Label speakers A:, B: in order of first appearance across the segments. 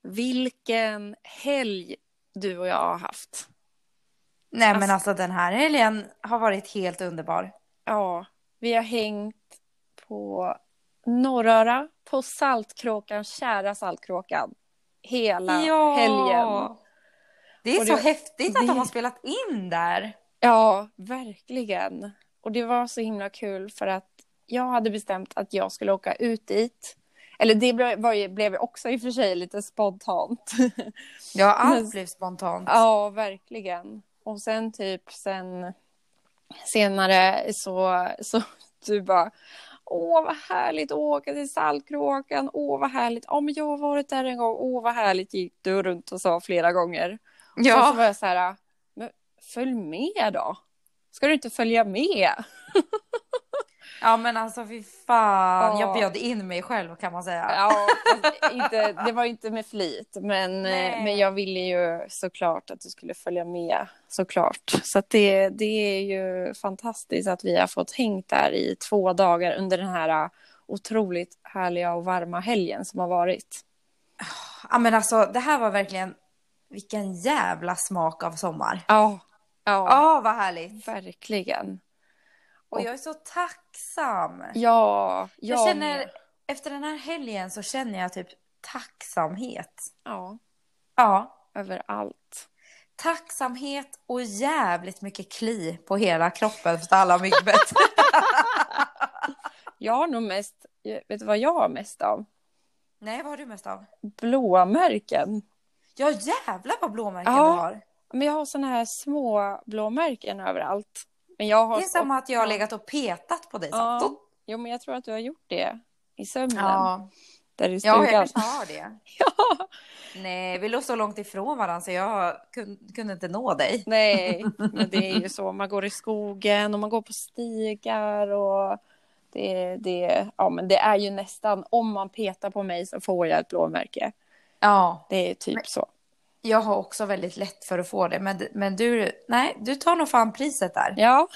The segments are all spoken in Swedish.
A: vilken helg du och jag har haft.
B: Nej men alltså den här helgen har varit helt underbar.
A: Ja, vi har hängt på Norröra, på Saltkråkan, kära Saltkråkan. Hela helgen.
B: Det är
A: Och
B: så häftigt att de har
A: det,
B: spelat in där.
A: ja, verkligen. Och det var så himla kul för att jag hade bestämt att jag skulle åka ut dit. Eller det blev också i och för sig lite spontant.
B: Ja, allt blev spontant.
A: Ja, verkligen. Och sen senare så du bara, åh vad härligt att åka till Saltkråkan, åh vad härligt, ja men jag har varit där en gång, åh vad härligt, gick du runt och sa flera gånger. Och sen så var jag så här, men följ med då, ska du inte följa med?
B: Ja men alltså fy fan, jag bjöd in mig själv kan man säga.
A: Ja, det var inte med flit, men jag ville ju såklart att du skulle följa med, såklart. Så att det är ju fantastiskt att vi har fått hängt där i 2 dagar under den här otroligt härliga och varma helgen som har varit.
B: Ja men alltså det här var verkligen, vilken jävla smak av sommar.
A: Ja,
B: vad härligt.
A: verkligen.
B: Och jag är så tacksam.
A: Ja,
B: jag känner, efter den här helgen så känner jag typ tacksamhet. Ja.
A: Överallt.
B: Tacksamhet och jävligt mycket kli på hela kroppen för alla myggbett.
A: Jag har nog mest, vet du vad jag har mest av?
B: Nej, vad har du mest av?
A: Blåmärken.
B: Ja, jävlar vad blåmärken du har.
A: Men jag har såna här små blåmärken överallt. Men det
B: är som att jag har legat och petat på dig.
A: Jo, men jag tror att du har gjort det i sömnen.
B: Ja,
A: där i stugan.
B: Jag kanske har det.
A: Ja.
B: Nej, vi låg så långt ifrån varandra så jag kunde inte nå dig.
A: Nej, men det är ju så. Man går i skogen och man går på stigar och men det är ju nästan, om man petar på mig så får jag ett blåmärke. Ja. Det är typ så.
B: Jag har också väldigt lätt för att få det. Men du tar nog fan priset där.
A: Ja.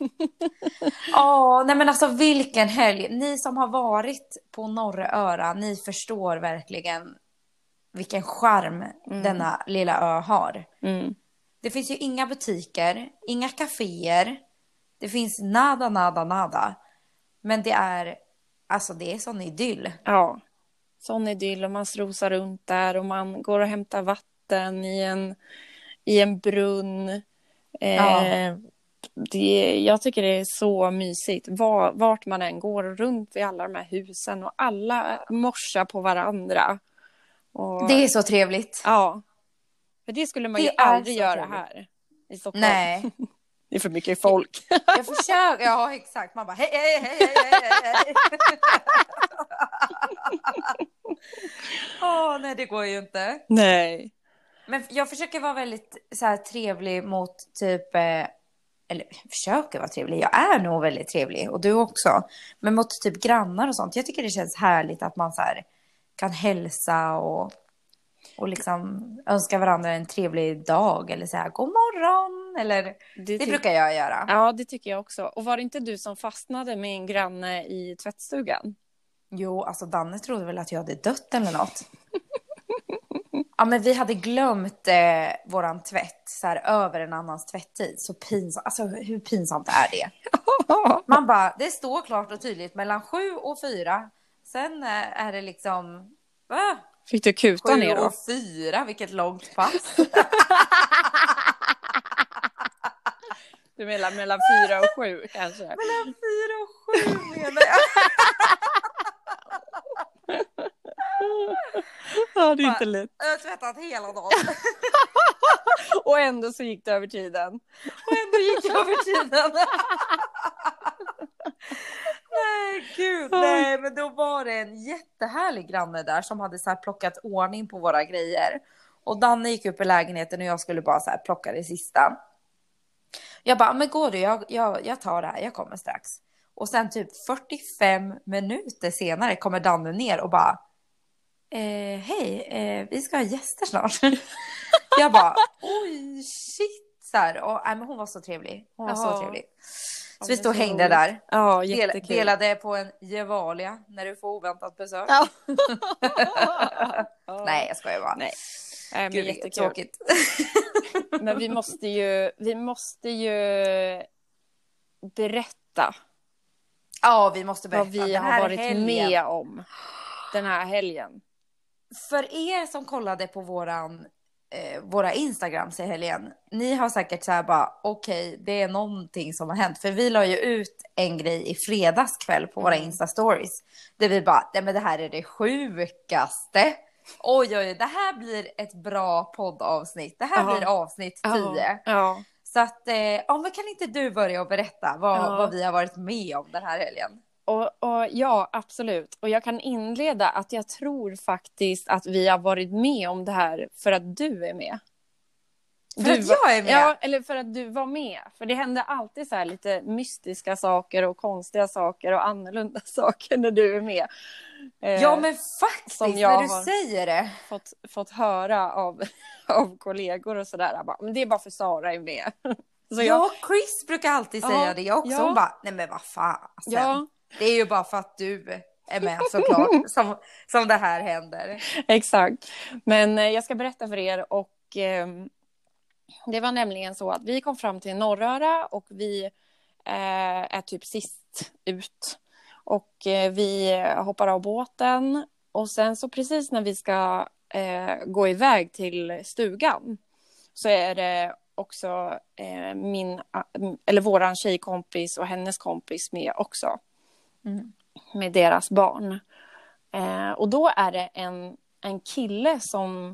B: Nej men alltså vilken helg. Ni som har varit på Norröra, ni förstår verkligen vilken charm denna lilla ö har.
A: Mm.
B: Det finns ju inga butiker, inga kaféer. Det finns nada. Men det är sån idyll.
A: Ja, sån idyll och man strosar runt där och man går och hämtar vatten i en brunn. Jag tycker det är så mysigt. Vart man än går runt vid alla de här husen och alla morsar på varandra. Och,
B: det är så trevligt.
A: Ja, för det skulle man ju aldrig göra här i Stockholm.
B: Nej.
A: Det är för mycket folk.
B: Jag försöker, ja exakt. Man bara hej. Nej, det går ju inte.
A: Nej.
B: Men jag försöker vara väldigt så här trevlig mot typ, eller försöker vara trevlig. Jag är nog väldigt trevlig och du också. Men mot typ grannar och sånt. Jag tycker det känns härligt att man så här kan hälsa och liksom önska varandra en trevlig dag eller så här god morgon eller det brukar jag göra.
A: Ja, det tycker jag också. Och var det inte du som fastnade med en granne i tvättstugan?
B: Jo, alltså Danne trodde väl att jag hade dött eller något. Ja, men vi hade glömt våran tvätt så här över en annans tvätttid. Så pinsamt. Alltså hur pinsamt är det? Man bara, det står klart och tydligt mellan 7 och 4. Sen är det liksom...
A: Fick du kuta ner då?
B: 7 och 4, vilket långt pass.
A: Du menar mellan 4 och 7 kanske?
B: Mellan 4 och 7 menar jag.
A: Ja, det är inte lätt.
B: Jag har tvättat hela dagen.
A: Och ändå så gick det över tiden.
B: Nej, gud. Nej, men då var det en jättehärlig granne där som hade så här plockat ordning på våra grejer. Och Danne gick upp i lägenheten och jag skulle bara så här plocka det sista. Jag bara, men går du? Jag tar det här, jag kommer strax. Och sen typ 45 minuter senare kommer Danne ner och bara hej, vi ska ha gäster snart. Jag bara, oj shit. Så här, och, men hon var så trevlig. Så vi stod och hängde där.
A: Ja,
B: delade på en Gevalia när du får oväntat besök.
A: Ja.
B: Nej, jag skojar bara.
A: Nej. Men
B: Gud,
A: jättekul.
B: tråkigt.
A: Men vi måste ju berätta
B: Ja, vi måste berätta.
A: vad vi
B: Den
A: har
B: här
A: varit
B: helgen.
A: med om den här helgen.
B: För er som kollade på våra Instagrams i helgen, ni har säkert så här bara, okej, det är någonting som har hänt. För vi la ju ut en grej i fredagskväll på våra Insta-stories. Där vi bara, nej men det här är det sjukaste. Oj, det här blir ett bra poddavsnitt. Det här blir avsnitt 10.
A: Ja.
B: Så att, men kan inte du börja och berätta vad vi har varit med om den här helgen?
A: Och ja, absolut. Och jag kan inleda att jag tror faktiskt att vi har varit med om det här för att du är med.
B: För att jag är med?
A: Ja, eller för att du var med. För det händer alltid så här lite mystiska saker och konstiga saker och annorlunda saker när du är med.
B: Ja, men faktiskt,
A: som jag
B: när du säger det.
A: Fått höra av kollegor och sådär. Men det är bara för Sara är med. Så
B: Chris brukar alltid säga det också. Hon bara, nej men vad fan.
A: Ja.
B: Det är ju bara för att du är med såklart som det här händer.
A: Exakt. Men jag ska berätta för er och det var nämligen så att vi kom fram till Norröra och vi är typ sist ut. Och vi hoppar av båten och sen så precis när vi ska gå iväg till stugan så är det också våran tjejkompis och hennes kompis med också. Med deras barn. Och då är det en kille som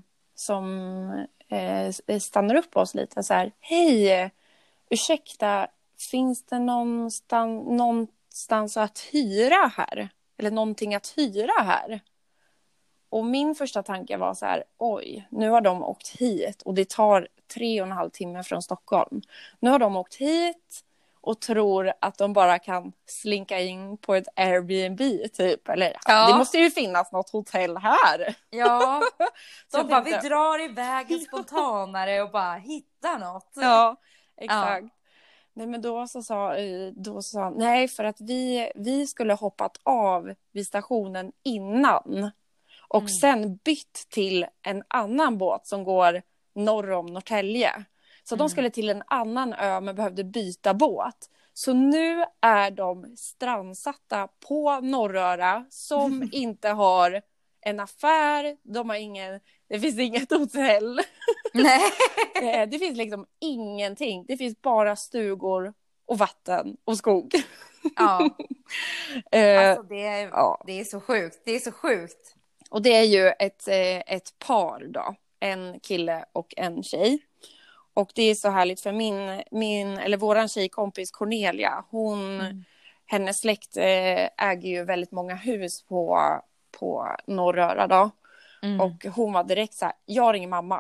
A: stannar upp oss lite så här. Hej, ursäkta, finns det någonstans att hyra här? Eller någonting att hyra här? Och min första tanke var så här, oj, nu har de åkt hit och det tar 3,5 timmar från Stockholm. Nu har de åkt hit och tror att de bara kan slinka in på ett Airbnb typ. Eller det måste ju finnas något hotell här.
B: Ja, de bara, vi drar iväg spontanare och bara hittar något.
A: Ja, exakt. Ja. Nej, men då sa nej, för att vi skulle hoppat av vid stationen innan. Och sen bytt till en annan båt som går norr om Norrtälje. Så de skulle till en annan ö men behövde byta båt. Så nu är de strandsatta på Norröra som inte har en affär. Det finns inget hotell.
B: Nej.
A: Det finns liksom ingenting. Det finns bara stugor och vatten och skog.
B: Ja. Alltså det är så sjukt. Det är så sjukt.
A: Och det är ju ett par då. En kille och en tjej. Och det är så härligt för våran tjejkompis Cornelia. Hennes släkt äger ju väldigt många hus på Norröra då. Och hon var direkt så här, jag ringer mamma.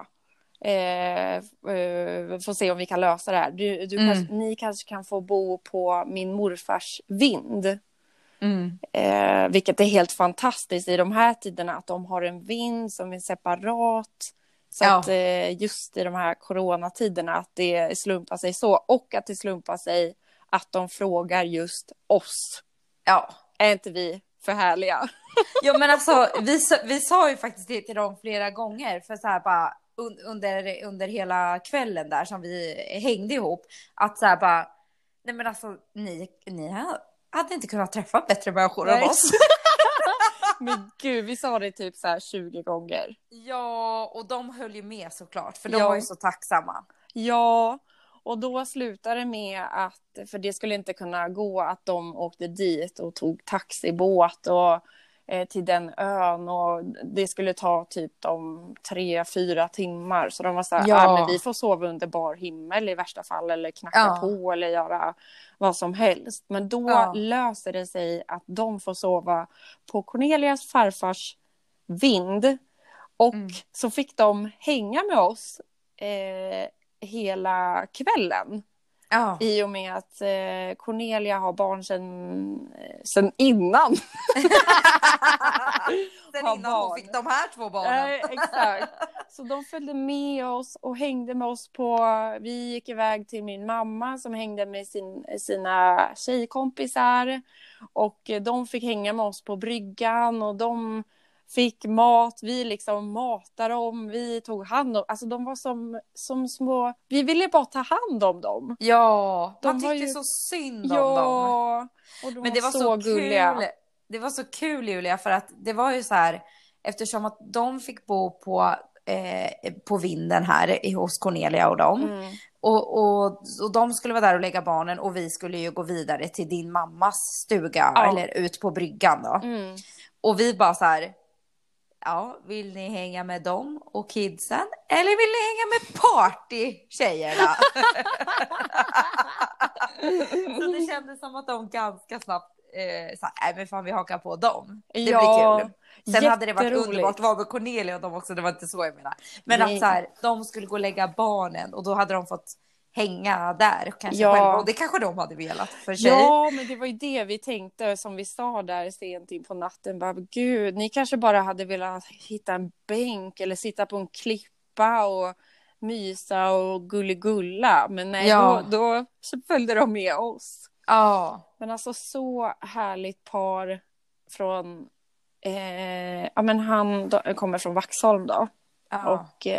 A: Får se om vi kan lösa det här. Ni kanske kan få bo på min morfars vind. Vilket är helt fantastiskt i de här tiderna. Att de har en vind som är separat. Så att just i de här coronatiderna att det slumpar sig så. Och att det slumpar sig att de frågar just oss.
B: Ja.
A: Är inte vi för härliga?
B: Jo, men alltså vi sa ju faktiskt det till dem flera gånger. För så här bara under hela kvällen där som vi hängde ihop. Att så här bara, nej men alltså ni hade inte kunnat träffa bättre människor än oss.
A: Men gud, vi sa det typ så här 20 gånger.
B: Ja, och de höll ju med såklart. För de var ju så tacksamma.
A: Ja, och då slutade det med att, för det skulle inte kunna gå att de åkte dit och tog taxibåt och till den ön. Och det skulle ta typ 3-4 timmar. Så de var så här, men vi får sova under bar himmel i värsta fall. Eller knacka på eller göra vad som helst. Men då löser det sig att de får sova på Cornelias farfars vind. Och så fick de hänga med oss hela kvällen. I och med att Cornelia har barn sen innan.
B: Sen innan hon fick de här 2 barnen.
A: Exakt. Så de följde med oss och hängde med oss vi gick iväg till min mamma som hängde med sina tjejkompisar. Och de fick hänga med oss på bryggan och de fick mat, vi liksom matade dem, vi tog hand om, alltså de var som små, vi ville bara ta hand om dem.
B: Ja,
A: De
B: man
A: var
B: tyckte
A: ju...
B: så synd om dem.
A: Ja, och de
B: Men
A: var
B: det var
A: så
B: så
A: gulliga.
B: kul. Det var så kul, Julia, för att det var ju så här, eftersom att de fick bo på vinden här hos Cornelia och dem.
A: Mm.
B: Och de skulle vara där och lägga barnen och vi skulle ju gå vidare till din mammas stuga eller ut på bryggan då.
A: Mm.
B: Och vi bara så här, ja, vill ni hänga med dem och kidsen eller vill ni hänga med party-tjejerna? Så det kändes som att de ganska snabbt nej men fan vi hakar på dem. Det blir kul. Sen hade det varit underbart att vara med Cornelia och dem också, det var inte så jag menar. Men att så här, de skulle gå och lägga barnen och då hade de fått hänga där kanske själva. Och det kanske de hade velat för sig.
A: Ja, men det var ju det vi tänkte som vi sa där sent in på natten. Bara, gud, ni kanske bara hade velat hitta en bänk eller sitta på en klippa och mysa och gulligulla. Men nej, då så följde de med oss.
B: Ja.
A: Men alltså så härligt par från... ja, men han kommer från Vaxholm då. Ja. Och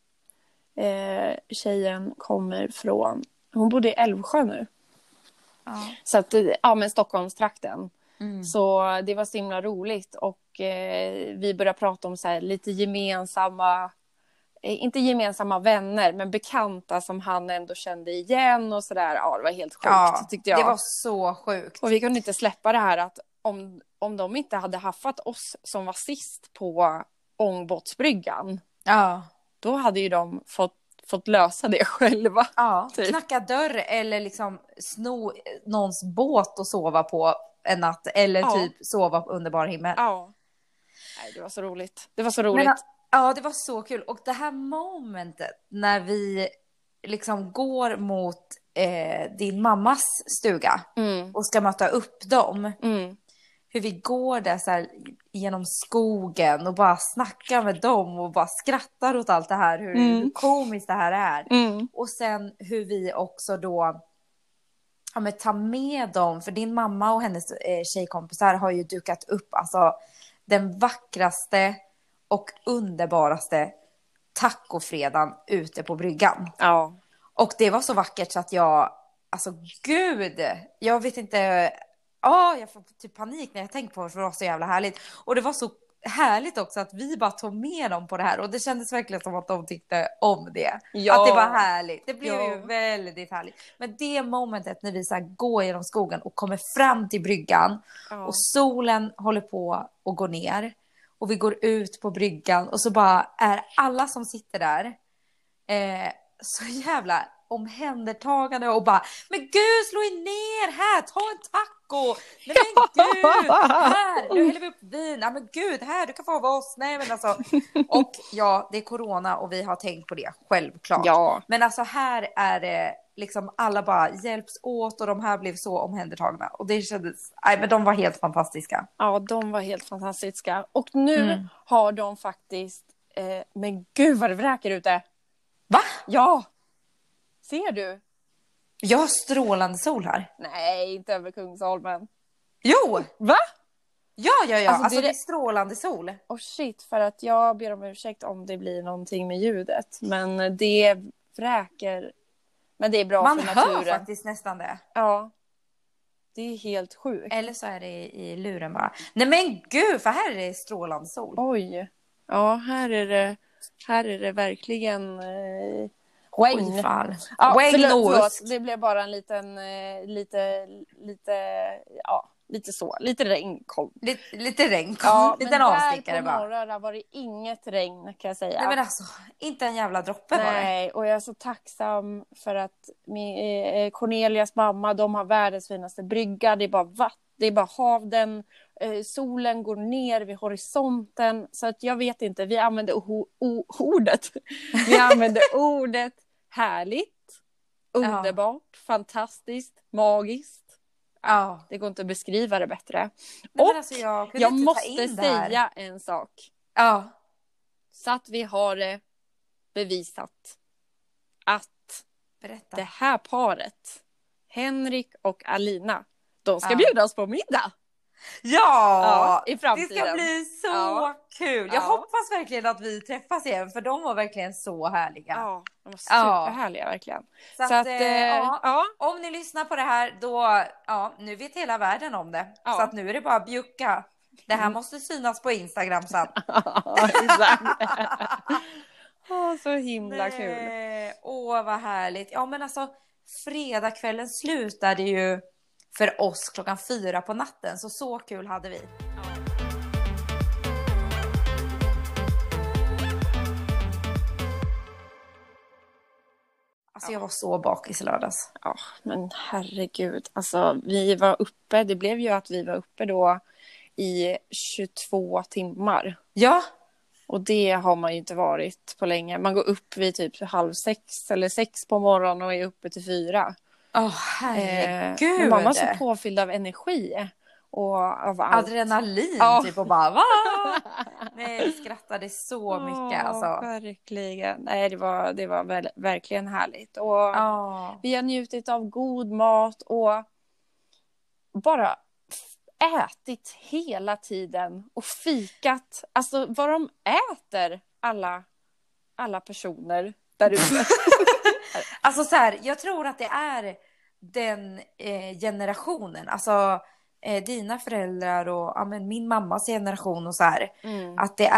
A: tjejen kommer från... Hon bodde i Älvsjö nu. Ja. Så att, ja men Stockholmstrakten. Mm. Så det var så himla roligt. Och vi började prata om så här, lite gemensamma... inte gemensamma vänner, men bekanta som han ändå kände igen och sådär. Ja, det var helt sjukt, tyckte jag.
B: Det var så sjukt.
A: Och vi kunde inte släppa det här att om de inte hade haffat oss som var sist på ångbåtsbryggan, då hade ju de fått lösa det själva.
B: Ja, typ. Knacka dörr eller liksom sno någons båt och sova på en natt. Eller typ sova under bar himmel.
A: Ja. Nej, det var så roligt. Det var så roligt. Men,
B: ja, det var så kul. Och det här momentet när vi liksom går mot din mammas stuga och ska möta upp dem. Mm. Hur vi går där så här genom skogen och bara snackar med dem och bara skrattar åt allt det här. Hur komiskt det här är. Mm. Och sen hur vi också då tar med dem. För din mamma och hennes tjejkompisar har ju dukat upp alltså den vackraste och underbaraste tacofredagen ute på bryggan. Ja. Och det var så vackert så att alltså gud, jag vet inte, jag får typ panik när jag tänker på det för det var så jävla härligt. Och det var så härligt också att vi bara tog med dem på det här och det kändes verkligen som att de tyckte om det. Ja. Att det var härligt. Det blev ju väldigt härligt. Men det momentet när vi så här går genom skogen och kommer fram till bryggan och solen håller på att gå ner. Och vi går ut på bryggan och så bara är alla som sitter där så jävla omhändertagande och bara, men gud, slå er ner här, ta en taco. Nej men gud, här, nu häller vi upp vin. Nej men gud, här, du kan få av oss. Nej men alltså, och ja, det är corona och vi har tänkt på det, självklart. Ja. Men alltså här är det liksom alla bara hjälps åt och de här blev så omhändertagna. Och det kändes, men de var helt fantastiska.
A: Ja, de var helt fantastiska. Och nu har de faktiskt, men gud vad det vräker ute.
B: Va?
A: Ja. Ser du?
B: Jag har strålande sol här.
A: Nej, inte över Kungsholmen.
B: Jo!
A: Va?
B: Ja. Alltså det är strålande sol.
A: Oh shit, för att jag ber om ursäkt om det blir någonting med ljudet. Men det vräker. Men det är bra för naturen.
B: Man hör faktiskt nästan det.
A: Ja. Det är helt sjukt.
B: Eller så är det i luren bara. Nej men gud, för här är det strålande sol.
A: Oj. Ja, här är det verkligen... regn. Ja, förlåt. Det blev bara en liten lite regn kom.
B: Lite regn kom.
A: Ja,
B: liten avstickare
A: bara. Men där på var det inget regn kan jag säga.
B: Nej men alltså, inte en jävla droppe var det.
A: Nej, och jag är så tacksam för att Cornelias mamma, de har världens finaste brygga. Det är bara vatten, det är bara haven. Solen går ner vid horisonten. Så att jag vet inte, vi använder ordet. Vi använder ordet härligt, underbart, fantastiskt, magiskt. Ja. Det går inte att beskriva det bättre.
B: Nej, och alltså jag
A: måste säga en sak.
B: Ja.
A: Så att vi har det bevisat att det här paret, Henrik och Alina, de ska bjudas på middag.
B: Ja,
A: i
B: det
A: framtiden.
B: ska bli så kul. Jag hoppas verkligen att vi träffas igen, för de var verkligen så härliga.
A: Ja, de var superhärliga verkligen.
B: Så att, om ni lyssnar på det här, då, nu vet hela världen om det. Så att nu är det bara att bjucka. Det här måste synas på Instagram sen.
A: Ja, exakt. Så himla kul.
B: Vad härligt. Ja, men alltså, fredagskvällen slutade ju för oss 4:00 på natten. Så kul hade vi. Alltså jag var så bakis i lördags.
A: Ja, men herregud. Alltså vi var uppe, det blev ju att vi var uppe då i 22 timmar.
B: Ja.
A: Och det har man ju inte varit på länge. Man går upp vid typ 5:30 eller 6 på morgonen och är uppe till 4.
B: Herregud.
A: Men man var så påfylld av energi. Och av allt.
B: Adrenalin typ och bara Nej, vi skrattade så mycket alltså.
A: Verkligen. Nej, det var verkligen härligt. Och vi har njutit av god mat och bara ätit hela tiden och fikat. Alltså vad de äter alla personer där ute.
B: Alltså så här, jag tror att det är den generationen, alltså dina föräldrar och min mammas generation och så här, att det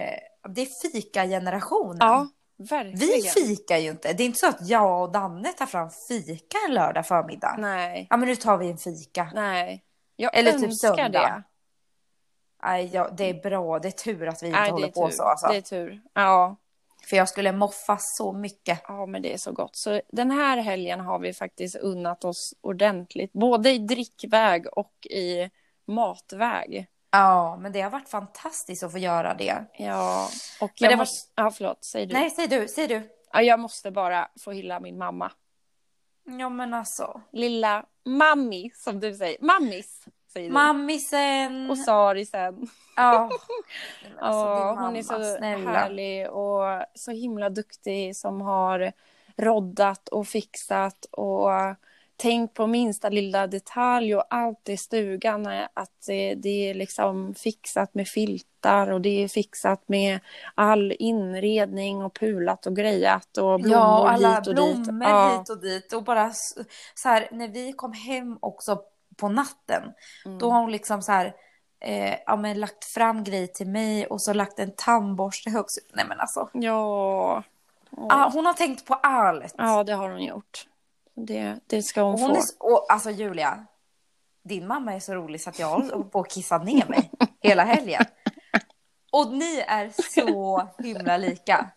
B: är fika-generationen.
A: Ja, verkligen.
B: Vi fikar ju inte. Det är inte så att jag och Danne tar fram fika en lördag förmiddag.
A: Nej.
B: Ja, men nu tar vi en fika.
A: Nej. Jag
B: eller
A: önskar
B: typ söndag.
A: Det.
B: Nej, det är bra. Det är tur att vi inte håller på så. Alltså.
A: Det är tur. Ja.
B: För jag skulle moffa så mycket.
A: Ja, men det är så gott. Så den här helgen har vi faktiskt unnat oss ordentligt. Både i drickväg och i matväg.
B: Ja, men det har varit fantastiskt att få göra det.
A: Ja, och
B: men
A: jag måste... Ja, förlåt. Säg du.
B: Nej, säg du.
A: Ja, jag måste bara få hylla min mamma.
B: Ja, men alltså.
A: Lilla mammi, som du säger. Mammis, säger du.
B: Mammisen.
A: Och Sarisen.
B: Ja.
A: Alltså, hon är så härlig och så himla duktig som har roddat och fixat och tänkt på minsta lilla detalj och allt i stugan. Att det är liksom fixat med filtar och det är fixat med all inredning och pulat och grejat och blommor
B: och alla
A: hit och
B: blommor
A: dit.
B: Hit och dit. Och bara så här, när vi kom hem också på natten, då har hon liksom så här lagt fram grejer till mig och så lagt en tandborste högst. Nej men alltså.
A: Ja.
B: Hon har tänkt på allt.
A: Ja, det har hon gjort. Det ska hon få.
B: Alltså Julia, din mamma är så rolig så att jag håller på att kissa ner mig hela helgen. Och ni är så himla lika.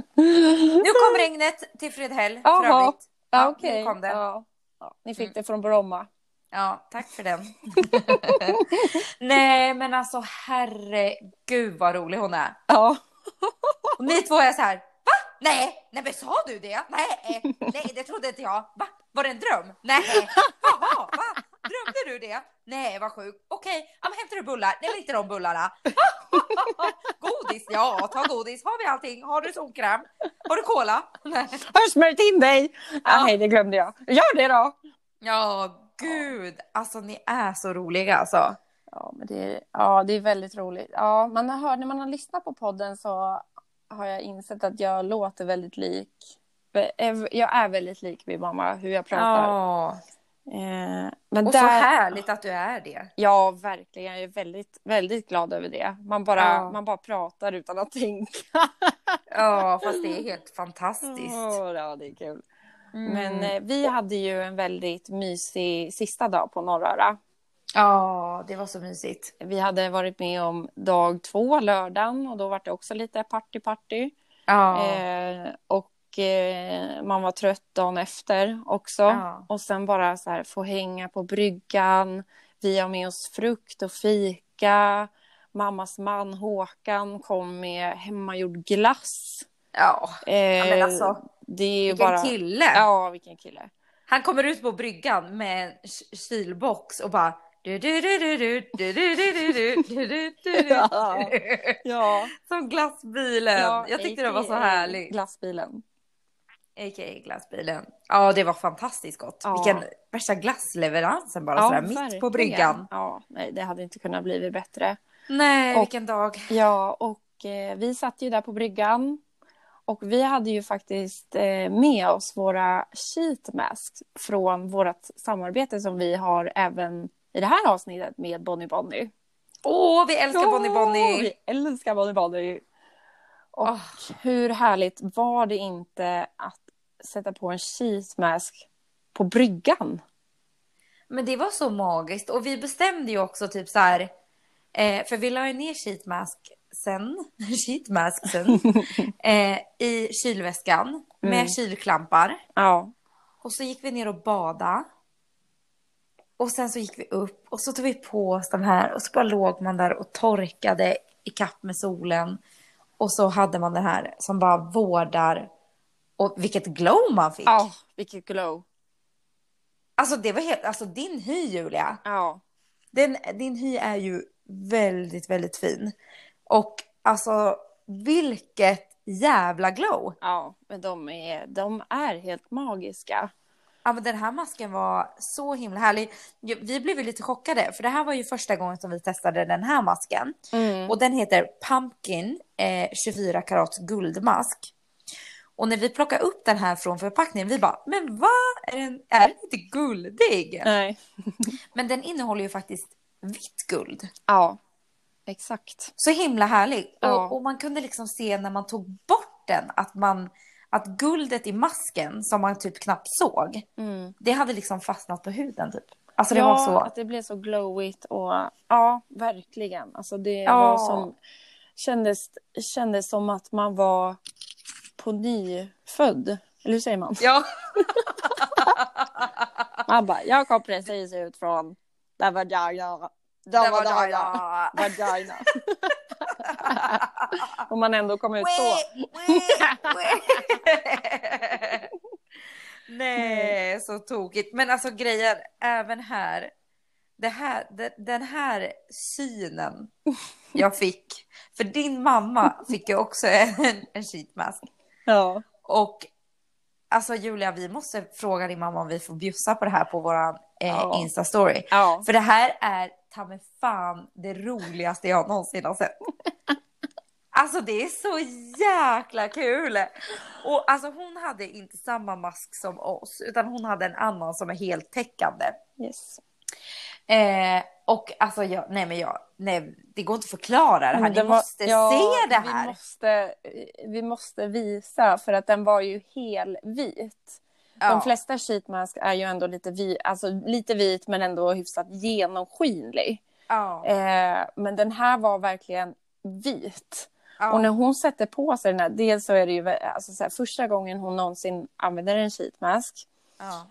B: Nu kom regnet till Fredhäll.
A: Ja, okej.
B: Nu kom det.
A: Ja. Ni fick det från Bromma.
B: Ja, tack för den. Nej, men alltså herregud vad rolig hon är.
A: Ja.
B: Och ni två är så här, va? Nej, men sa du det? Nej, det trodde inte jag. Va? Var det en dröm? Nej, jaha, va? Drömde du det? Nej, vad sjukt. Okej, hämtar du bullar? Nej, men inte de bullarna. Godis, ja, ta godis. Har vi allting? Har du solkräm? Har du cola? Nej.
A: Har du smörjt in dig? Nej, det glömde jag. Gör det då.
B: Ja, gud. Alltså, ni är så roliga alltså.
A: Ja, men det är väldigt roligt. Ja, när man har lyssnat på podden så har jag insett att jag låter väldigt lik. Jag är väldigt lik min mamma, hur jag pratar.
B: Ja.
A: Men
B: och så härligt att du är det.
A: Ja, verkligen. Jag är väldigt, väldigt glad över det. Man bara pratar utan att tänka.
B: Ja, fast det är helt fantastiskt.
A: Ja, det är kul. Men vi hade ju en väldigt mysig sista dag på Norröra.
B: Ja, det var så mysigt.
A: Vi hade varit med om dag 2, lördagen. Och då var det också lite party.
B: Ja.
A: Och man var trött dagen efter också.
B: Ja.
A: Och sen bara så här få hänga på bryggan. Vi har med oss frukt och fika. Mammas man Håkan kom med hemmagjord glass.
B: Ja, men alltså.
A: Det är ju
B: vilken kille.
A: Ja, vilken kille.
B: Han kommer ut på bryggan med en kylbox och bara
A: Ja.
B: Som glassbilen. Jag tyckte det var så härligt.
A: Glassbilen.
B: A.k.a. glassbilen. Ja, det var fantastiskt gott.
A: Ja.
B: Vilken värsta glassleveransen bara
A: Ja,
B: sådär mitt
A: verkligen.
B: på bryggan.
A: Ja, nej, det hade inte kunnat bli bättre.
B: Nej,
A: Och-
B: vilken dag.
A: Ja, och vi satt ju där på bryggan. Och vi hade ju faktiskt med oss våra sheet masks från vårt samarbete som vi har även i det här avsnittet med Bonnie Bonnie.
B: Åh, vi älskar Bonnie Bonnie.
A: Vi älskar Bonnie Bonnie. Och hur härligt var det inte att sätta på en sheet mask på bryggan?
B: Men det var så magiskt. Och vi bestämde ju också typ så här. För vi la ju ner sheetmasken i kylväskan med kylklampar.
A: Ja.
B: Och så gick vi ner och bada. Och sen så gick vi upp och så tog vi på oss de här. Och så bara låg man där och torkade i kapp med solen. Och så hade man den här som bara vårdar. Och vilket glow man fick.
A: Ja, vilket glow.
B: Alltså det var helt, alltså din hy Julia.
A: Ja.
B: Din hy är ju väldigt, väldigt fin. Och alltså vilket jävla glow.
A: Ja, men de är helt magiska.
B: Ja, men den här masken var så himla härlig. Vi blev ju lite chockade. För det här var ju första gången som vi testade den här masken. Och den heter Pumpkin 24 karats guldmask. Och när vi plockade upp den här från förpackningen, vi bara, men vad? Är den inte guldig?
A: Nej.
B: Men den innehåller ju faktiskt vitt guld.
A: Ja, exakt.
B: Så himla härlig.
A: Ja.
B: Och man kunde liksom se när man tog bort den att guldet i masken som man typ knappt såg, det hade liksom fastnat på huden typ. Alltså det var så.
A: Att det blev så glowigt och ja, verkligen. Alltså det var som kändes som att man var på nyfödd. Eller hur säger man?
B: Ja.
A: Man bara, jag kom precis ut från där vagina. Vagina. Och man ändå kom ut så.
B: Nej, så tokigt. Men alltså grejen, även här. Den här synen jag fick. För din mamma fick ju också en sheetmask.
A: Ja.
B: Och alltså Julia, vi måste fråga din mamma om vi får bjussa på det här på våran Insta-story.
A: Ja.
B: För det här är ta mig fan det roligaste jag någonsin har sett. Alltså det är så jäkla kul. Och alltså hon hade inte samma mask som oss, utan hon hade en annan som är helt täckande.
A: Yes.
B: Och alltså nej, det går inte att förklara det här. Ni måste se det här.
A: Vi måste visa, för att den var ju helvit.
B: Ja.
A: De flesta sheetmask är ju ändå lite vit men ändå hyfsat genomskinlig.
B: Ja.
A: Men den här var verkligen vit.
B: Ja.
A: Och när hon sätter på sig den här, dels så är det ju alltså så här, första gången hon någonsin använder en sheetmask.
B: Ja.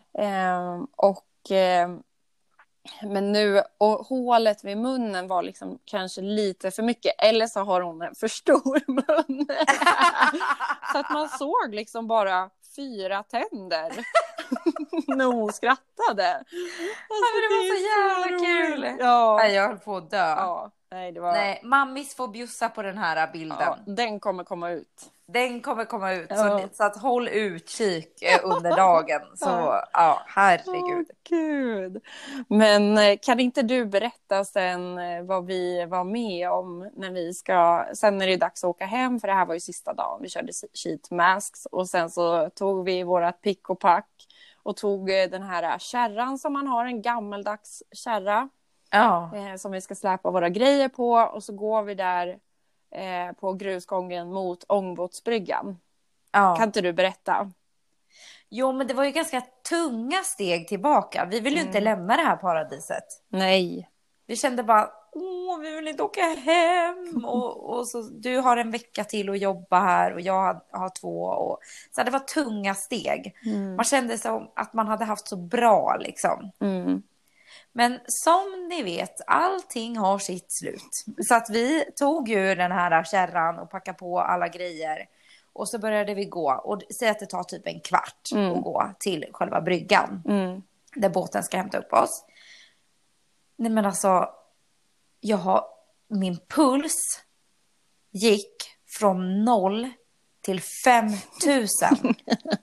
A: Men nu, och hålet vid munnen var liksom kanske lite för mycket. Eller så har hon en för stor mun. Så att man såg liksom bara 4 tänder. När hon skrattade. Alltså,
B: det var så jävla kul.
A: Ja.
B: Nej, jag höll på att dö.
A: Ja.
B: Nej, mammis får bjussa på den här bilden.
A: Ja, den kommer komma ut.
B: Den kommer komma ut.
A: Ja.
B: Så att håll utkik under dagen. Så ja, herregud.
A: Gud. Men kan inte du berätta sen vad vi var med om när vi ska... Sen är det dags att åka hem, för det här var ju sista dagen. Vi körde sheet masks och sen så tog vi vårat pick och pack och tog den här kärran som man har, en gammaldags kärra.
B: Ja.
A: Som vi ska släpa våra grejer på, och så går vi där på grusgången mot ångbåtsbryggan.
B: Ja.
A: Kan inte du berätta?
B: Jo, men det var ju ganska tunga steg tillbaka. Vi vill ju inte lämna det här paradiset.
A: Nej.
B: Vi kände bara, vi vill inte åka hem. Och så, du har en vecka till att jobba här och jag har 2. Och, så det var tunga steg. Man kände som att man hade haft så bra liksom. Men som ni vet, allting har sitt slut. Så att vi tog ju den här kärran och packade på alla grejer. Och så började vi gå. Och säg att det tar typ en kvart att gå till själva bryggan. Där båten ska hämta upp oss. Nej men alltså, min puls gick från 0 till 5000.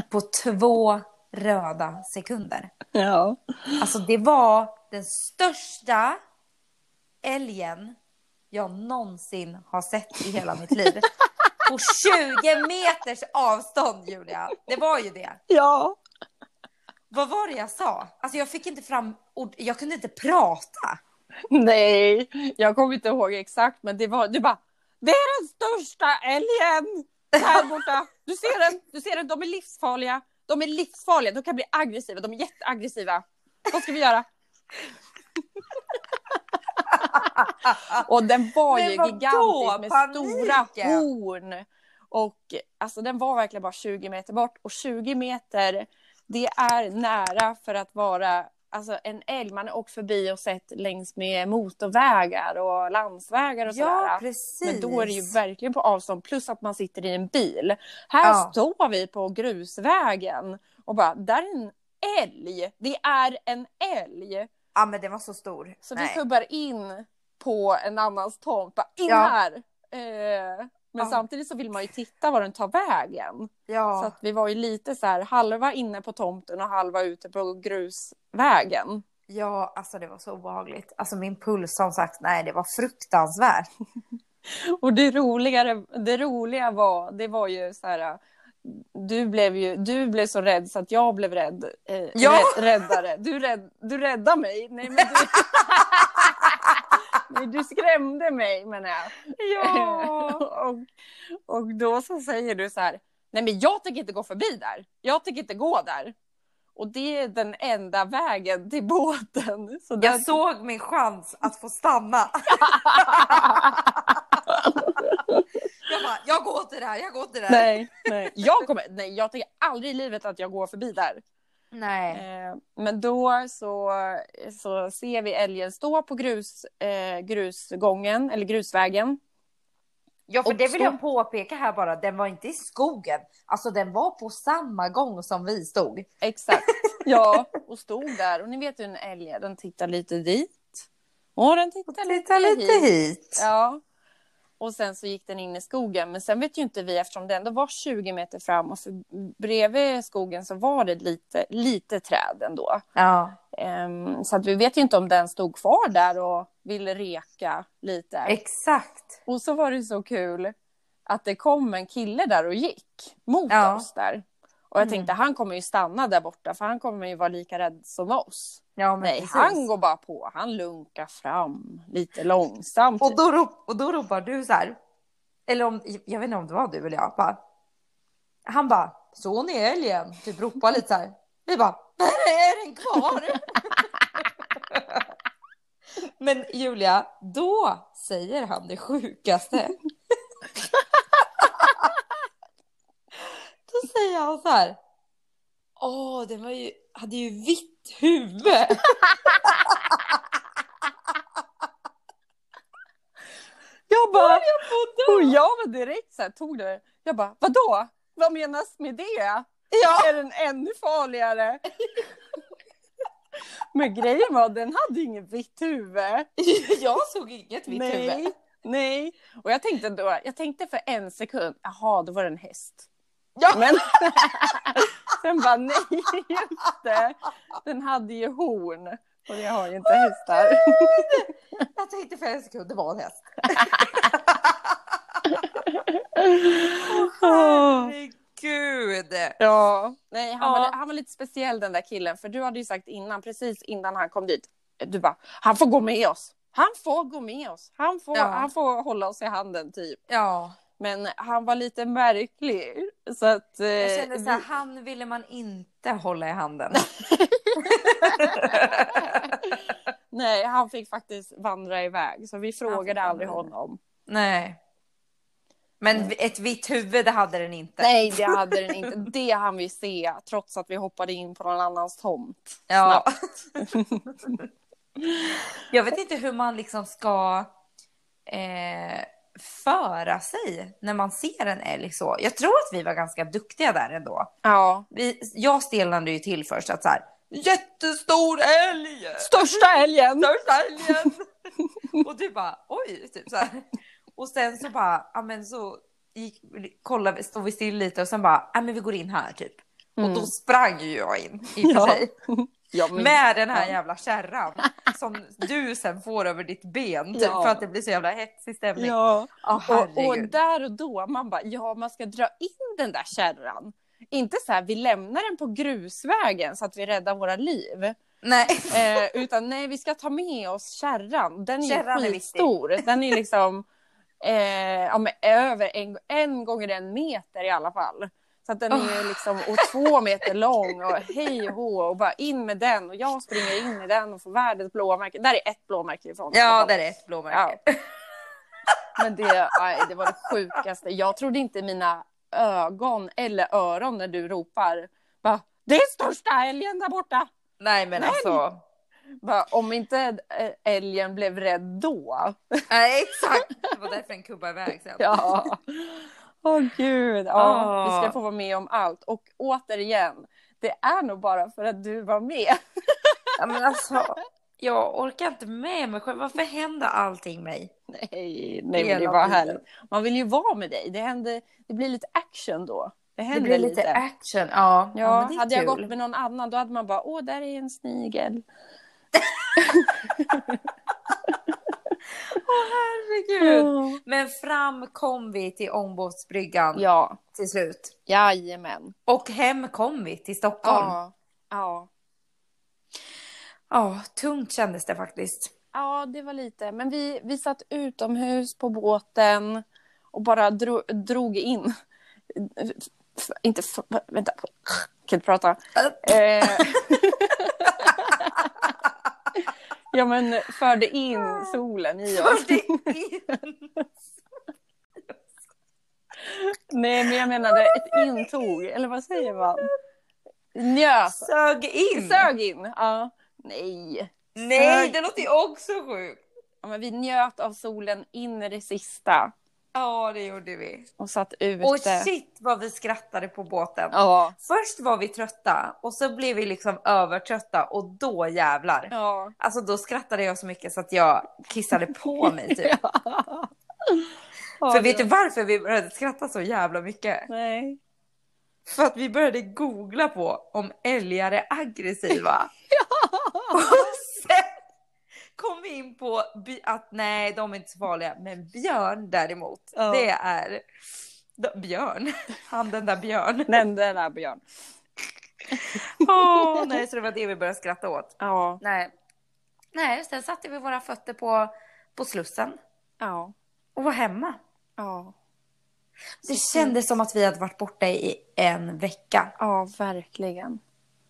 B: på 2 röda sekunder.
A: Ja.
B: Alltså det var den största älgen jag någonsin har sett i hela mitt liv. På 20 meters avstånd, Julia. Det var ju det.
A: Ja.
B: Vad var det jag sa? Alltså jag fick inte fram ord. Jag kunde inte prata.
A: Nej, jag kommer inte ihåg exakt, men det var, du bara, det är den största älgen här borta. Du ser den, de är livsfarliga. De är livsfarliga, de kan bli aggressiva, de är jätteaggressiva. Vad ska vi göra? Och den var ju gigantisk med stora horn. Och alltså den var verkligen bara 20 meter bort. Och 20 meter, det är nära för att vara alltså en älg. Man har åkt förbi och sett längs med motorvägar och landsvägar och sådär.
B: Ja, precis.
A: Men då är det ju verkligen på avstånd. Plus att man sitter i en bil. Här står vi på grusvägen och bara, där är en älg. Det är en älg.
B: Ja, men det var så stor.
A: Så vi kubbar in på en annans tomt. Bara in här. Men samtidigt så vill man ju titta var den tar vägen. Ja. Så att vi var ju lite så här halva inne på tomten och halva ute på grusvägen.
B: Ja, alltså det var så obehagligt. Alltså min puls som sagt, nej det var fruktansvärt.
A: Och det roliga var ju så här, du blev så rädd så att jag blev rädd. Räddare. Du räddade mig. Nej, men du skrämde mig, menar jag. Ja. och då så säger du så här, nej men jag tänker inte gå förbi där. Jag tänker inte gå där. Och det är den enda vägen till båten. Så
B: jag såg min chans att få stanna. Jag går till det här.
A: Nej. Jag tänker aldrig i livet att jag går förbi där.
B: Nej.
A: Men då så ser vi älgen stå på grusgången eller grusvägen.
B: Ja, för det vill jag påpeka här bara. Den var inte i skogen. Alltså den var på samma gång som vi stod.
A: Exakt. Ja, och stod där. Och ni vet ju en älg, den tittar lite dit. Och den tittar lite hit. Ja. Och sen så gick den in i skogen. Men sen vet ju inte vi, eftersom det ändå var 20 meter fram. Och för bredvid skogen så var det lite träd ändå. Ja. Så att vi vet ju inte om den stod kvar där och ville reka lite.
B: Exakt.
A: Och så var det så kul att det kom en kille där och gick mot oss där. Och jag tänkte, han kommer ju stanna där borta. För han kommer ju vara lika rädd som oss. Ja, men nej, precis. Han går bara på. Han lunkar fram lite långsamt.
B: Och då ropar du så här. Eller jag vet inte om det var du eller jag. Bara, han bara, så ni älgen? Typ ropar lite så här. Vi bara, är den kvar? Men Julia, då säger han det sjukaste. Då säger han så här. Den hade ju vitt huvud.
A: Jag var direkt så här, tog det. Jag bara, vadå? Vad menas med det? Ja. Är den ännu farligare? Men grejen var, den hade inget vitt huvud.
B: Jag såg inget vitt huvud.
A: Nej. Och jag tänkte för en sekund, jaha, då var det en häst. Ja. Men sen bara, nej, just det. Den hade ju horn. Och det har ju inte hästar.
B: Jag tänkte för en sekund, det var en häst. Herregud.
A: Ja, nej, han var lite speciell den där killen. För du hade ju sagt innan, precis innan han kom dit. Du bara, han får gå med oss. Han får hålla oss i handen typ. Ja. Men han var lite märklig. Så att,
B: jag kände så här, han ville man inte hålla i handen.
A: Nej, han fick faktiskt vandra iväg. Så vi frågade aldrig honom.
B: Nej. Men ett vitt huvud, det hade den inte.
A: Nej, det hade den inte. Det han vill se, trots att vi hoppade in på någon annans tomt.
B: Ja. Jag vet inte hur man liksom ska föra sig när man ser en älg så. Jag tror att vi var ganska duktiga där ändå. Ja. Jag stelnade ju till först att så här, jättestor älg!
A: Största älgen!
B: Och du bara, oj, typ så här. Och sen så bara, ja men så stod vi still lite och sen bara, ja men vi går in här typ. Och då sprang ju jag in i och
A: Ja.
B: för sig.
A: Ja, men,
B: Med den här jävla kärran som du sen får över ditt ben typ,
A: Ja.
B: för att det blir så jävla hetsig stämning.
A: ja. Och
B: Herregud.
A: där och då, man bara, ja, man ska dra in den där kärran. Inte så här, vi lämnar den på grusvägen så att vi räddar våra liv.
B: Nej.
A: Utan nej, vi ska ta med oss kärran. Den är
B: Kärran
A: ju
B: är
A: skitstor. Den är liksom ja, men över en gånger 1 meter i alla fall. Så att den är ju liksom och 2 meter lång och hej och hå och bara in med den och jag springer in i den och får världens blåmärke. Där är ett blåmärke ifrån.
B: Ja, där är ett blåmärke.
A: Ja. Men det var det sjukaste. Jag trodde inte mina ögon eller öron när du ropar. Bara, det är största älgen där borta.
B: Nej, men alltså.
A: Bara, om inte älgen blev rädd då.
B: Nej, exakt. Det var därför den kubbade iväg sen.
A: Ja. Åh gud. Ja, vi ska få vara med om allt. Och återigen, det är nog bara för att du var med.
B: Ja, men alltså. Jag orkar inte med mig själv. Varför händer allting mig?
A: Nej, men det var härligt. Man vill ju vara med dig. Det blir lite action då. Det
B: blir lite action, ja.
A: Ja,
B: men
A: hade jag gått med någon annan då hade man bara, där är en snigel.
B: Herregud. Men fram kom vi till Ångbåtsbryggan.
A: Ja.
B: Till slut.
A: Jajamän.
B: Och hem kom vi till Stockholm.
A: Ja.
B: Ja, tungt kändes det faktiskt.
A: Ja, det var lite. Men vi satt utomhus på båten och bara drog in. Vänta. Kan inte prata. Ja, men förde in solen i oss. Nej, men jag menade ett intog. Eller vad säger man? Njöt.
B: Sög in.
A: Ja. Nej,
B: det låter ju också sjukt.
A: Ja, men vi njöt av solen in i det sista.
B: Ja, det gjorde vi.
A: Och satt ute.
B: Och shit vad vi skrattade på båten.
A: Ja.
B: Först var vi trötta och så blev vi liksom övertrötta och då jävlar.
A: Ja.
B: Alltså då skrattade jag så mycket så att jag kissade på mig typ.
A: Ja,
B: för vet du varför vi började skratta så jävla mycket?
A: Nej.
B: För att vi började googla på om älgar är aggressiva. Och sen kom vi in på att nej, de är inte så farliga. Men björn däremot, det är björn. Han den där björn.
A: Den där björn.
B: Nej, så det var det vi började skratta åt.
A: Ja.
B: Nej, sen satte vi våra fötter på Slussen.
A: Ja.
B: Och var hemma.
A: Ja.
B: Det kändes som att vi hade varit borta i 1 vecka.
A: Ja, verkligen.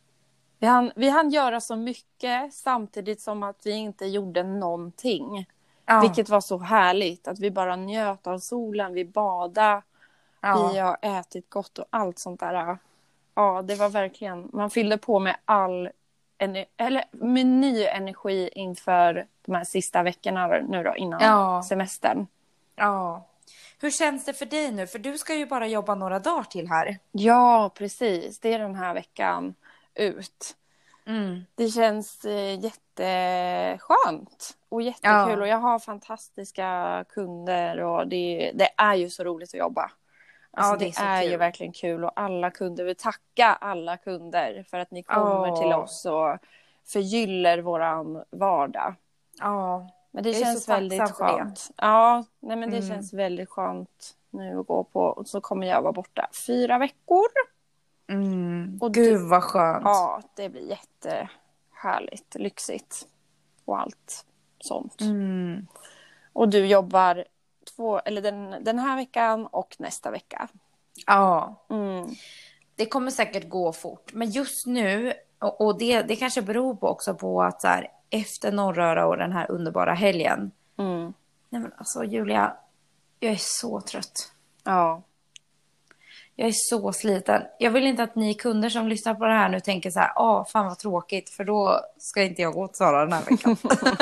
A: Vi hann göra så mycket samtidigt som att vi inte gjorde någonting. Ja. Vilket var så härligt. Att vi bara njöt av solen, vi badade. Ja. Vi har ätit gott och allt sånt där. Ja, det var verkligen... Man fyllde på med med ny energi inför de här sista veckorna nu då, innan semestern.
B: Ja. Hur känns det för dig nu? För du ska ju bara jobba några dagar till här.
A: Ja, precis. Det är den här veckan ut.
B: Mm.
A: Det känns jätteskönt och jättekul. Ja. Och jag har fantastiska kunder och det är ju så roligt att jobba. Alltså, det är ju verkligen kul och alla kunder, vi tackar alla kunder för att ni kommer till oss och förgyller våran vardag.
B: Ja.
A: Men det känns väldigt skönt. Ja, nej, men det känns väldigt skönt nu att gå på. Och så kommer jag vara borta 4 veckor.
B: Och gud vad skönt.
A: Ja, det blir jättehärligt, lyxigt och allt sånt. Och du jobbar den här veckan och nästa vecka.
B: Ja. Det kommer säkert gå fort. Men just nu, och det kanske beror på också på att så här, efter Norröra och den här underbara helgen. Nej men alltså Julia, jag är så trött.
A: Ja.
B: Jag är så sliten. Jag vill inte att ni kunder som lyssnar på det här nu tänker så här, fan vad tråkigt. För då ska inte jag gå till Sara den här veckan.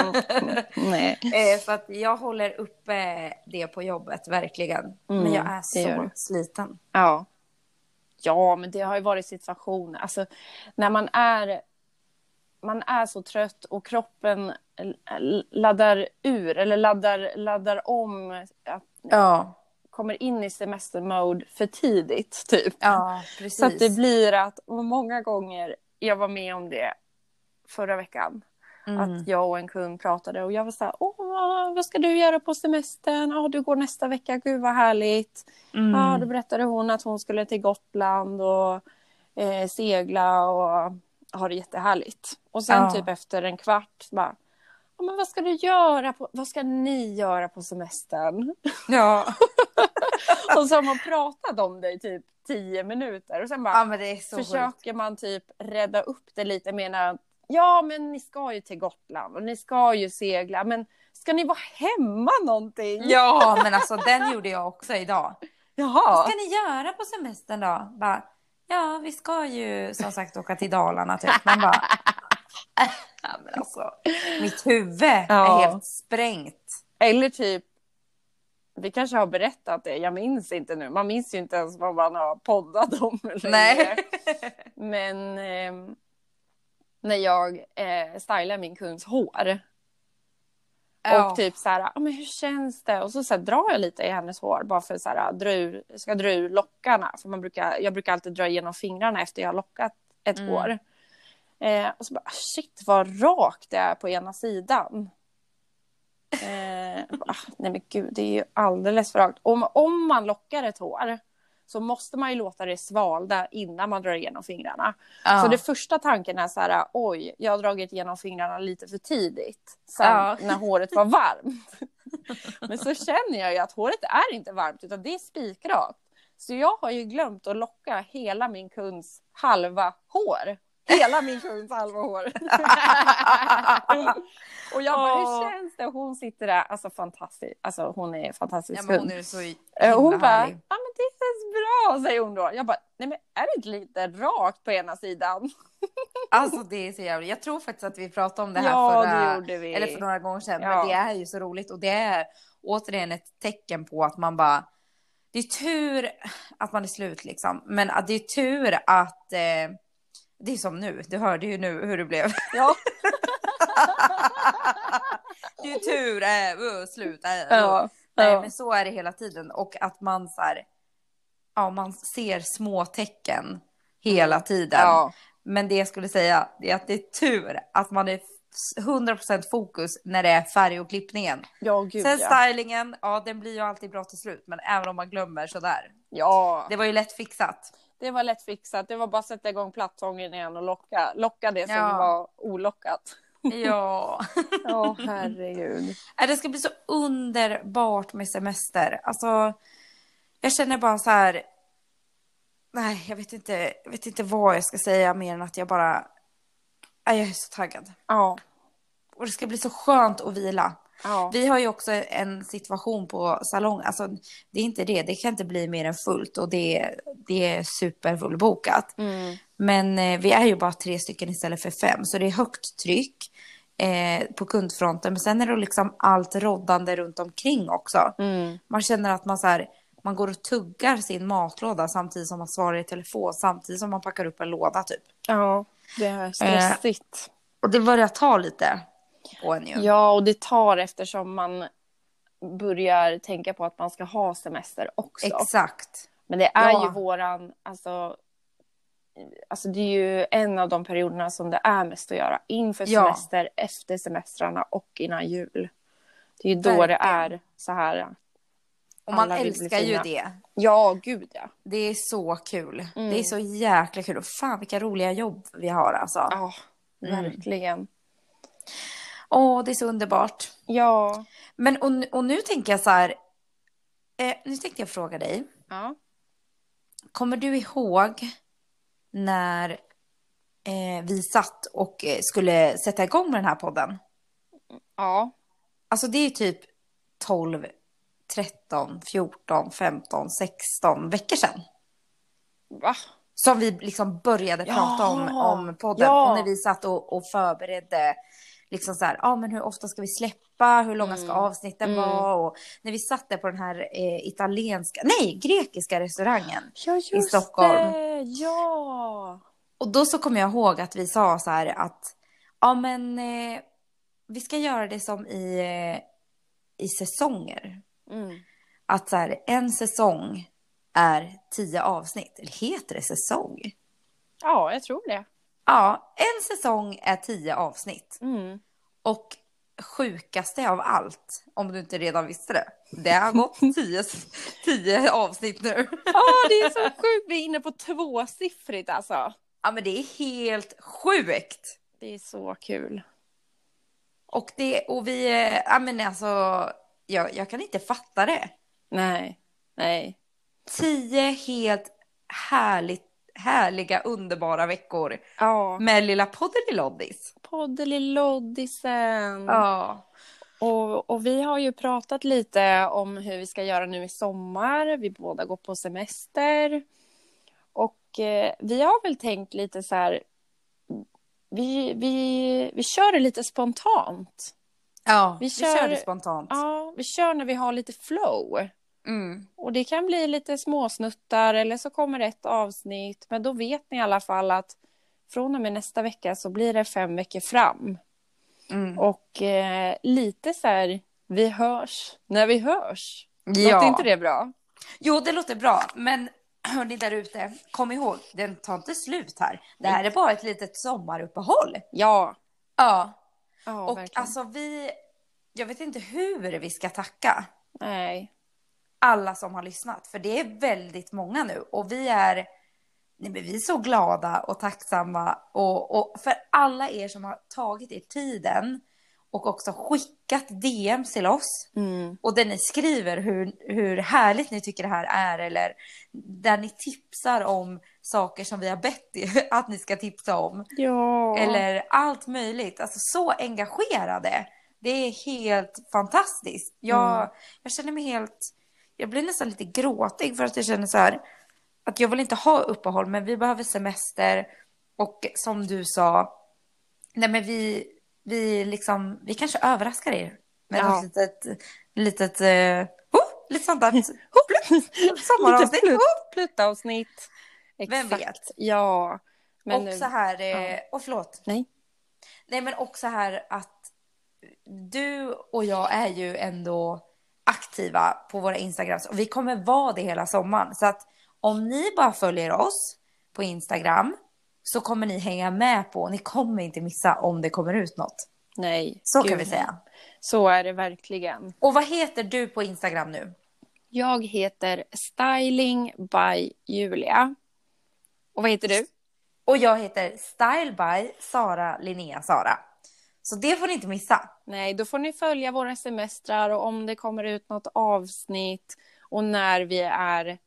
A: Nej.
B: Så att jag håller uppe det på jobbet, verkligen. Men jag är så sliten.
A: Ja. Ja, men det har ju varit situationer. Alltså, när man är så trött och kroppen laddar ur eller laddar om kommer in i semestermode för tidigt typ.
B: Ja, precis.
A: Så att det blir att många gånger, jag var med om det förra veckan. Att jag och en kund pratade och jag var så här, vad ska du göra på semestern? Du går nästa vecka, gud vad härligt. Då berättade hon att hon skulle till Gotland och segla och ha det jättehärligt. Och sen typ efter en kvart bara, men vad ska du göra vad ska ni göra på semestern?
B: Ja.
A: Och så har man pratat om det i typ 10 minuter och sen bara
B: men det är så
A: försöker man typ rädda upp det lite med att men ni ska ju till Gotland och ni ska ju segla, men ska ni vara hemma någonting?
B: Ja, men alltså den gjorde jag också idag.
A: Jaha.
B: Vad ska ni göra på semestern då? Bara, ja, vi ska ju som sagt åka till Dalarna typ. Men bara, men alltså, mitt huvud är helt sprängt.
A: Eller typ, vi kanske har berättat det, jag minns inte nu. Man minns ju inte ens vad man har poddat om.
B: Nej.
A: Men när jag stylar min kunds hår. Och typ så här, men hur känns det? Och så drar jag lite i hennes hår bara för så här, dra ur lockarna. För jag brukar alltid dra igenom fingrarna efter jag har lockat ett hår. Och så bara, shit vad rakt det är på ena sidan. Nej men gud, det är ju alldeles för rakt. Om man lockar ett hår så måste man ju låta det svalda innan man drar igenom fingrarna. Så det första tanken är så här, oj, jag har dragit igenom fingrarna lite för tidigt. Sen när håret var varmt. Men så känner jag ju att håret är inte varmt utan det är spikrakt. Så jag har ju glömt att locka hela min kunds halva hår. Hela min kunds halva hår. Och jag bara, hur känns det? Hon sitter där, alltså fantastisk. Alltså hon är fantastisk.
B: Ja, men hon är så himla
A: hon bara,
B: härlig.
A: ja men det känns bra, säger hon då. Jag bara, nej men är det inte lite rakt på ena sidan?
B: Alltså det är så jävligt. Jag tror faktiskt att vi pratade om det här
A: det gjorde vi.
B: Eller för några gånger sedan. Men det är ju så roligt. Och det är återigen ett tecken på att man bara, det är tur att man är slut liksom. Men att det är tur att det är som nu. Du hörde ju nu hur det blev.
A: Ja.
B: Det är tur, slut. Nej, men så är det hela tiden. Och att man så här, man ser små tecken hela tiden. Ja. Men det jag skulle säga är att det är tur att man är 100% fokus när det är färg och klippningen.
A: Ja, gud,
B: sen stylingen, den blir ju alltid bra till slut. Men även om man glömmer sådär. Ja. Det var ju lätt fixat.
A: Det var lätt fixat. Det var bara att sätta igång plattången igen och locka det som var olockat.
B: Ja.
A: Herregud.
B: Det ska bli så underbart med semester. Alltså, jag känner bara så här. Nej, jag vet inte vad jag ska säga mer än att jag bara. Jag är så taggad.
A: Ja.
B: Och det ska bli så skönt att vila.
A: Ja.
B: Vi har ju också en situation på salong. Alltså, det är inte det. Det kan inte bli mer än fullt. Och det är superfullbokat. Men vi är ju bara 3 stycken istället för 5. Så det är högt tryck på kundfronten. Men sen är det liksom allt roddande runt omkring också. Man känner att man går och tuggar sin matlåda samtidigt som man svarar i telefon. Samtidigt som man packar upp en låda typ.
A: Ja, det är stressigt.
B: Och det börjar ta lite på en ju.
A: Ja, och det tar eftersom man börjar tänka på att man ska ha semester också.
B: Exakt.
A: Men det är ju våran, alltså det är ju en av de perioderna som det är mest att göra. Inför semester, efter semestrarna och innan jul. Det är ju då det är så här.
B: Och man älskar ju det.
A: Ja, gud ja.
B: Det är så kul. Det är så jäkla kul. Och fan vilka roliga jobb vi har alltså.
A: Ja, verkligen.
B: Det är så underbart.
A: Ja.
B: Men och nu tänker jag så här. Nu tänkte jag fråga dig.
A: Ja.
B: Kommer du ihåg när vi satt och skulle sätta igång med den här podden?
A: Ja.
B: Alltså det är typ 12, 13, 14, 15, 16 veckor sedan.
A: Va?
B: Som vi liksom började prata om podden. Ja. Och när vi satt och förberedde liksom så här, men hur ofta ska vi släppa? Hur långa ska avsnitten vara? Och när vi satt där på den här grekiska restaurangen i Stockholm.
A: Det. Ja.
B: Och då så kommer jag ihåg att vi sa så här att vi ska göra det som i säsonger. att så här, en säsong är 10 avsnitt. Eller heter det säsong?
A: Ja, jag tror det.
B: Ja, en säsong är 10 avsnitt.
A: Mm.
B: Och sjukaste av allt, om du inte redan visste det. Det har gått 10 avsnitt nu.
A: Ja, det är så sjukt. Vi är inne på 2-siffrigt alltså.
B: Ja, men det är helt sjukt.
A: Det är så kul.
B: Och vi, ja men alltså, jag kan inte fatta det.
A: Nej.
B: 10 helt härliga, underbara veckor.
A: Ja.
B: Med lilla Poddeliloddis.
A: Poddeliloddisen.
B: Ja.
A: Och vi har ju pratat lite om hur vi ska göra nu i sommar. Vi båda går på semester. Och vi har väl tänkt lite så här. Vi kör det lite spontant.
B: Ja, vi kör det spontant.
A: Ja, vi kör när vi har lite flow.
B: Mm.
A: Och det kan bli lite småsnuttar eller så kommer ett avsnitt. Men då vet ni i alla fall att från och med nästa vecka så blir det 5 veckor fram.
B: Mm.
A: Och lite så här, vi hörs när vi hörs.
B: Ja.
A: Låter inte det bra?
B: Jo, det låter bra. Men hörni där ute, kom ihåg, den tar inte slut här. Det här är bara ett litet sommaruppehåll.
A: Ja.
B: Ja.
A: Och verkligen.
B: Alltså jag vet inte hur vi ska tacka
A: Nej.
B: alla som har lyssnat. För det är väldigt många nu. Och vi är så glada och tacksamma. Och för alla er som har tagit er tiden. Och också skickat DM till oss.
A: Mm.
B: Och där ni skriver hur härligt ni tycker det här är. Eller där ni tipsar om saker som vi har bett er att ni ska tipsa om.
A: Ja.
B: Eller allt möjligt. Alltså så engagerade. Det är helt fantastiskt. Jag känner mig helt... Jag blir nästan lite gråtig för att jag känner så här. Att jag vill inte ha uppehåll, men vi behöver semester. Och som du sa. Nej men vi kanske överraskar er. Med ett litet lite sånt där. Sommaravsnitt.
A: Pluttavsnitt.
B: Vem vet?
A: Ja. Men
B: och
A: nu...
B: så här, och förlåt.
A: Nej,
B: men också här att du och jag är ju ändå aktiva på våra Instagrams. Och vi kommer vara det hela sommaren. Så att om ni bara följer oss på Instagram så kommer ni hänga med på. Ni kommer inte missa om det kommer ut något.
A: Nej.
B: Så kan vi säga.
A: Så är det verkligen.
B: Och vad heter du på Instagram nu?
A: Jag heter Styling by Julia. Och vad heter du?
B: Och jag heter Style by Sara Linnea Sara. Så det får ni inte missa.
A: Nej, då får ni följa våra semestrar och om det kommer ut något avsnitt och när vi är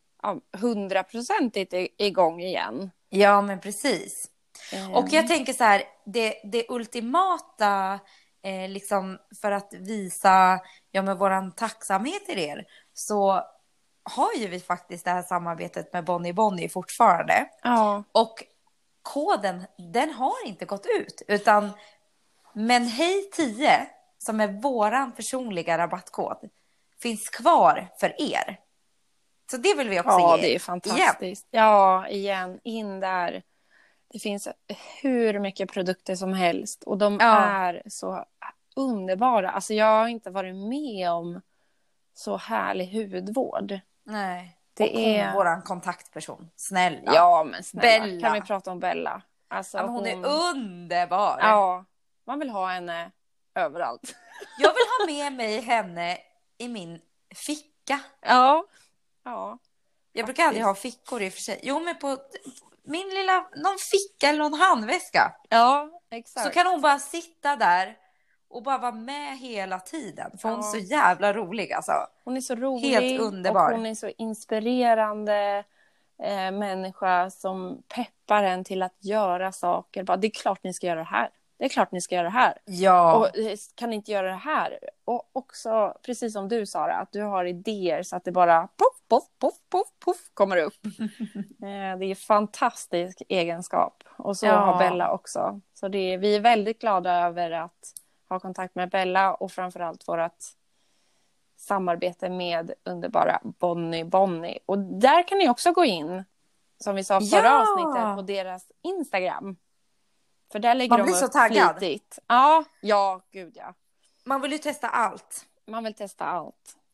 A: 100% igång igen.
B: Ja, men precis. Och jag tänker så här, det ultimata liksom för att visa med våran tacksamhet till er så har ju vi faktiskt det här samarbetet med Bonnie fortfarande.
A: Ja.
B: Och koden, den har inte gått ut utan men hej 10 som är våran personliga rabattkod finns kvar för er. Så det vill vi också ge.
A: Ja, det är fantastiskt. Igen. Ja, igen. In där. Det finns hur mycket produkter som helst. Och de är så underbara. Alltså jag har inte varit med om så härlig hudvård.
B: Nej.
A: Det är
B: våran kontaktperson. Snälla.
A: Ja, men snälla.
B: Bella.
A: Kan vi prata om Bella? Alltså,
B: ja, hon är underbar.
A: Ja, man vill ha henne överallt.
B: Jag vill ha med mig henne i min ficka.
A: Ja.
B: Jag brukar aldrig ha fickor i och för sig. Jo, men på min lilla, någon ficka eller någon handväska.
A: Ja, exakt.
B: Så kan hon bara sitta där och bara vara med hela tiden. För hon är så jävla rolig alltså.
A: Hon är så rolig.
B: Helt underbar.
A: Och hon är så inspirerande människa som peppar en till att göra saker. Bara, det är klart ni ska göra det här. Det är klart ni ska göra det här.
B: Ja.
A: Och kan ni inte göra det här? Och också, precis som du Sara, att du har idéer så att det bara poff kommer upp. Det är en fantastisk egenskap. Och så har Bella också. Så vi är väldigt glada över att ha kontakt med Bella och framförallt vårt samarbete med underbara Bonnie. Och där kan ni också gå in, som vi sa förra avsnittet, på deras Instagram. För där lägger
B: man blir så taggad.
A: Flitigt. Ja, gud ja.
B: Man vill ju testa allt.
A: Man vill testa allt.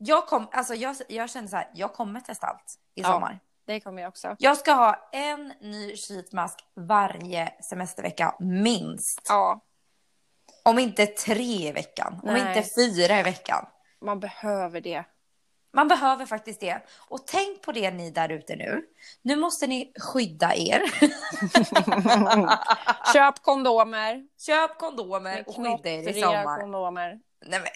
B: Jag kände så här, jag kommer testa allt i sommar.
A: Det kommer jag också.
B: Jag ska ha en ny sheetmask varje semestervecka, minst.
A: Ja.
B: Om inte 3 i veckan.
A: Nej.
B: Om inte 4 i veckan.
A: Man behöver det.
B: Man behöver faktiskt det. Och tänk på det ni där ute nu. Nu måste ni skydda er.
A: Köp kondomer.
B: Köp kondomer och skydda er i sommar.
A: Kondomer.
B: Nej men.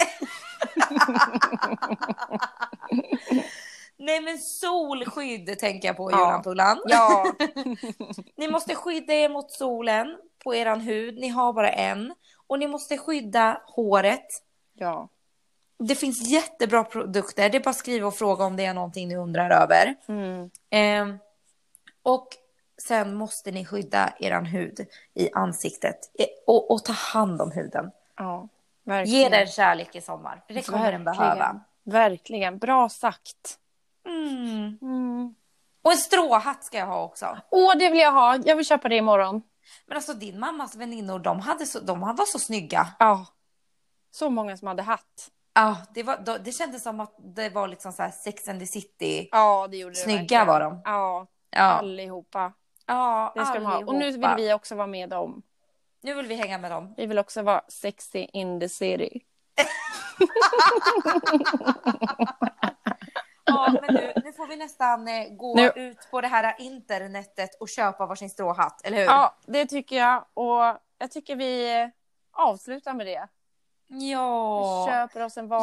B: Nej men solskydd tänker jag på, Julan Pullan.
A: Ja.
B: Ni måste skydda er mot solen på eran hud. Ni har bara en. Och ni måste skydda håret.
A: Ja.
B: Det finns jättebra produkter. Det är bara att skriva och fråga om det är någonting ni undrar över. Och sen måste ni skydda eran hud i ansiktet. Och ta hand om huden.
A: Ja, verkligen.
B: Ge den kärlek i sommar. Det kommer den behöva.
A: Verkligen. Bra sagt.
B: Och en stråhatt ska jag ha också.
A: Det vill jag ha. Jag vill köpa det imorgon.
B: Men alltså din mammas väninnor, de var så snygga.
A: Ja. Så många som hade hatt.
B: Ja, det kändes som att det var liksom så här Sex and the City.
A: Ja, det gjorde det.
B: Snygga var de.
A: Ja, allihopa.
B: Ja,
A: det ska de ha. Och nu vill vi också vara med dem.
B: Nu vill vi hänga med dem.
A: Vi vill också vara sexy in the city.
B: Ja, men nu får vi nästan gå ut på det här internetet och köpa varsin stråhatt, eller hur?
A: Ja, det tycker jag. Och jag tycker vi avslutar med det.
B: Ja.
A: Vi köper oss en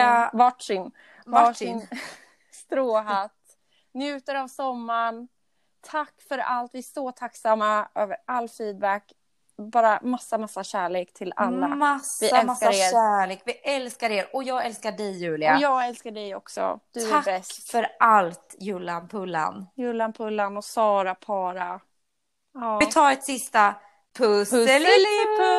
B: varsin
A: stråhatt. Njuter av sommaren. Tack för allt. Vi är så tacksamma över all feedback. Bara massa kärlek till alla.
B: Massa kärlek. Vi älskar er. Och jag älskar dig, Julia.
A: Och jag älskar dig också. Du
B: Tack
A: är bäst.
B: för allt, Julan Pullan.
A: Julan Pullan och Sara Para. Ja.
B: Vi tar ett sista pusselipuss.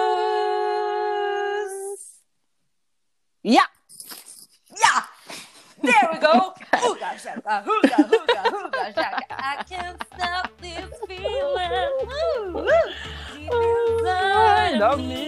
A: Ja!
B: Ja! There we go! Hugga, käka, hugga, käka. I can't stop this feeling. Deep inside of me.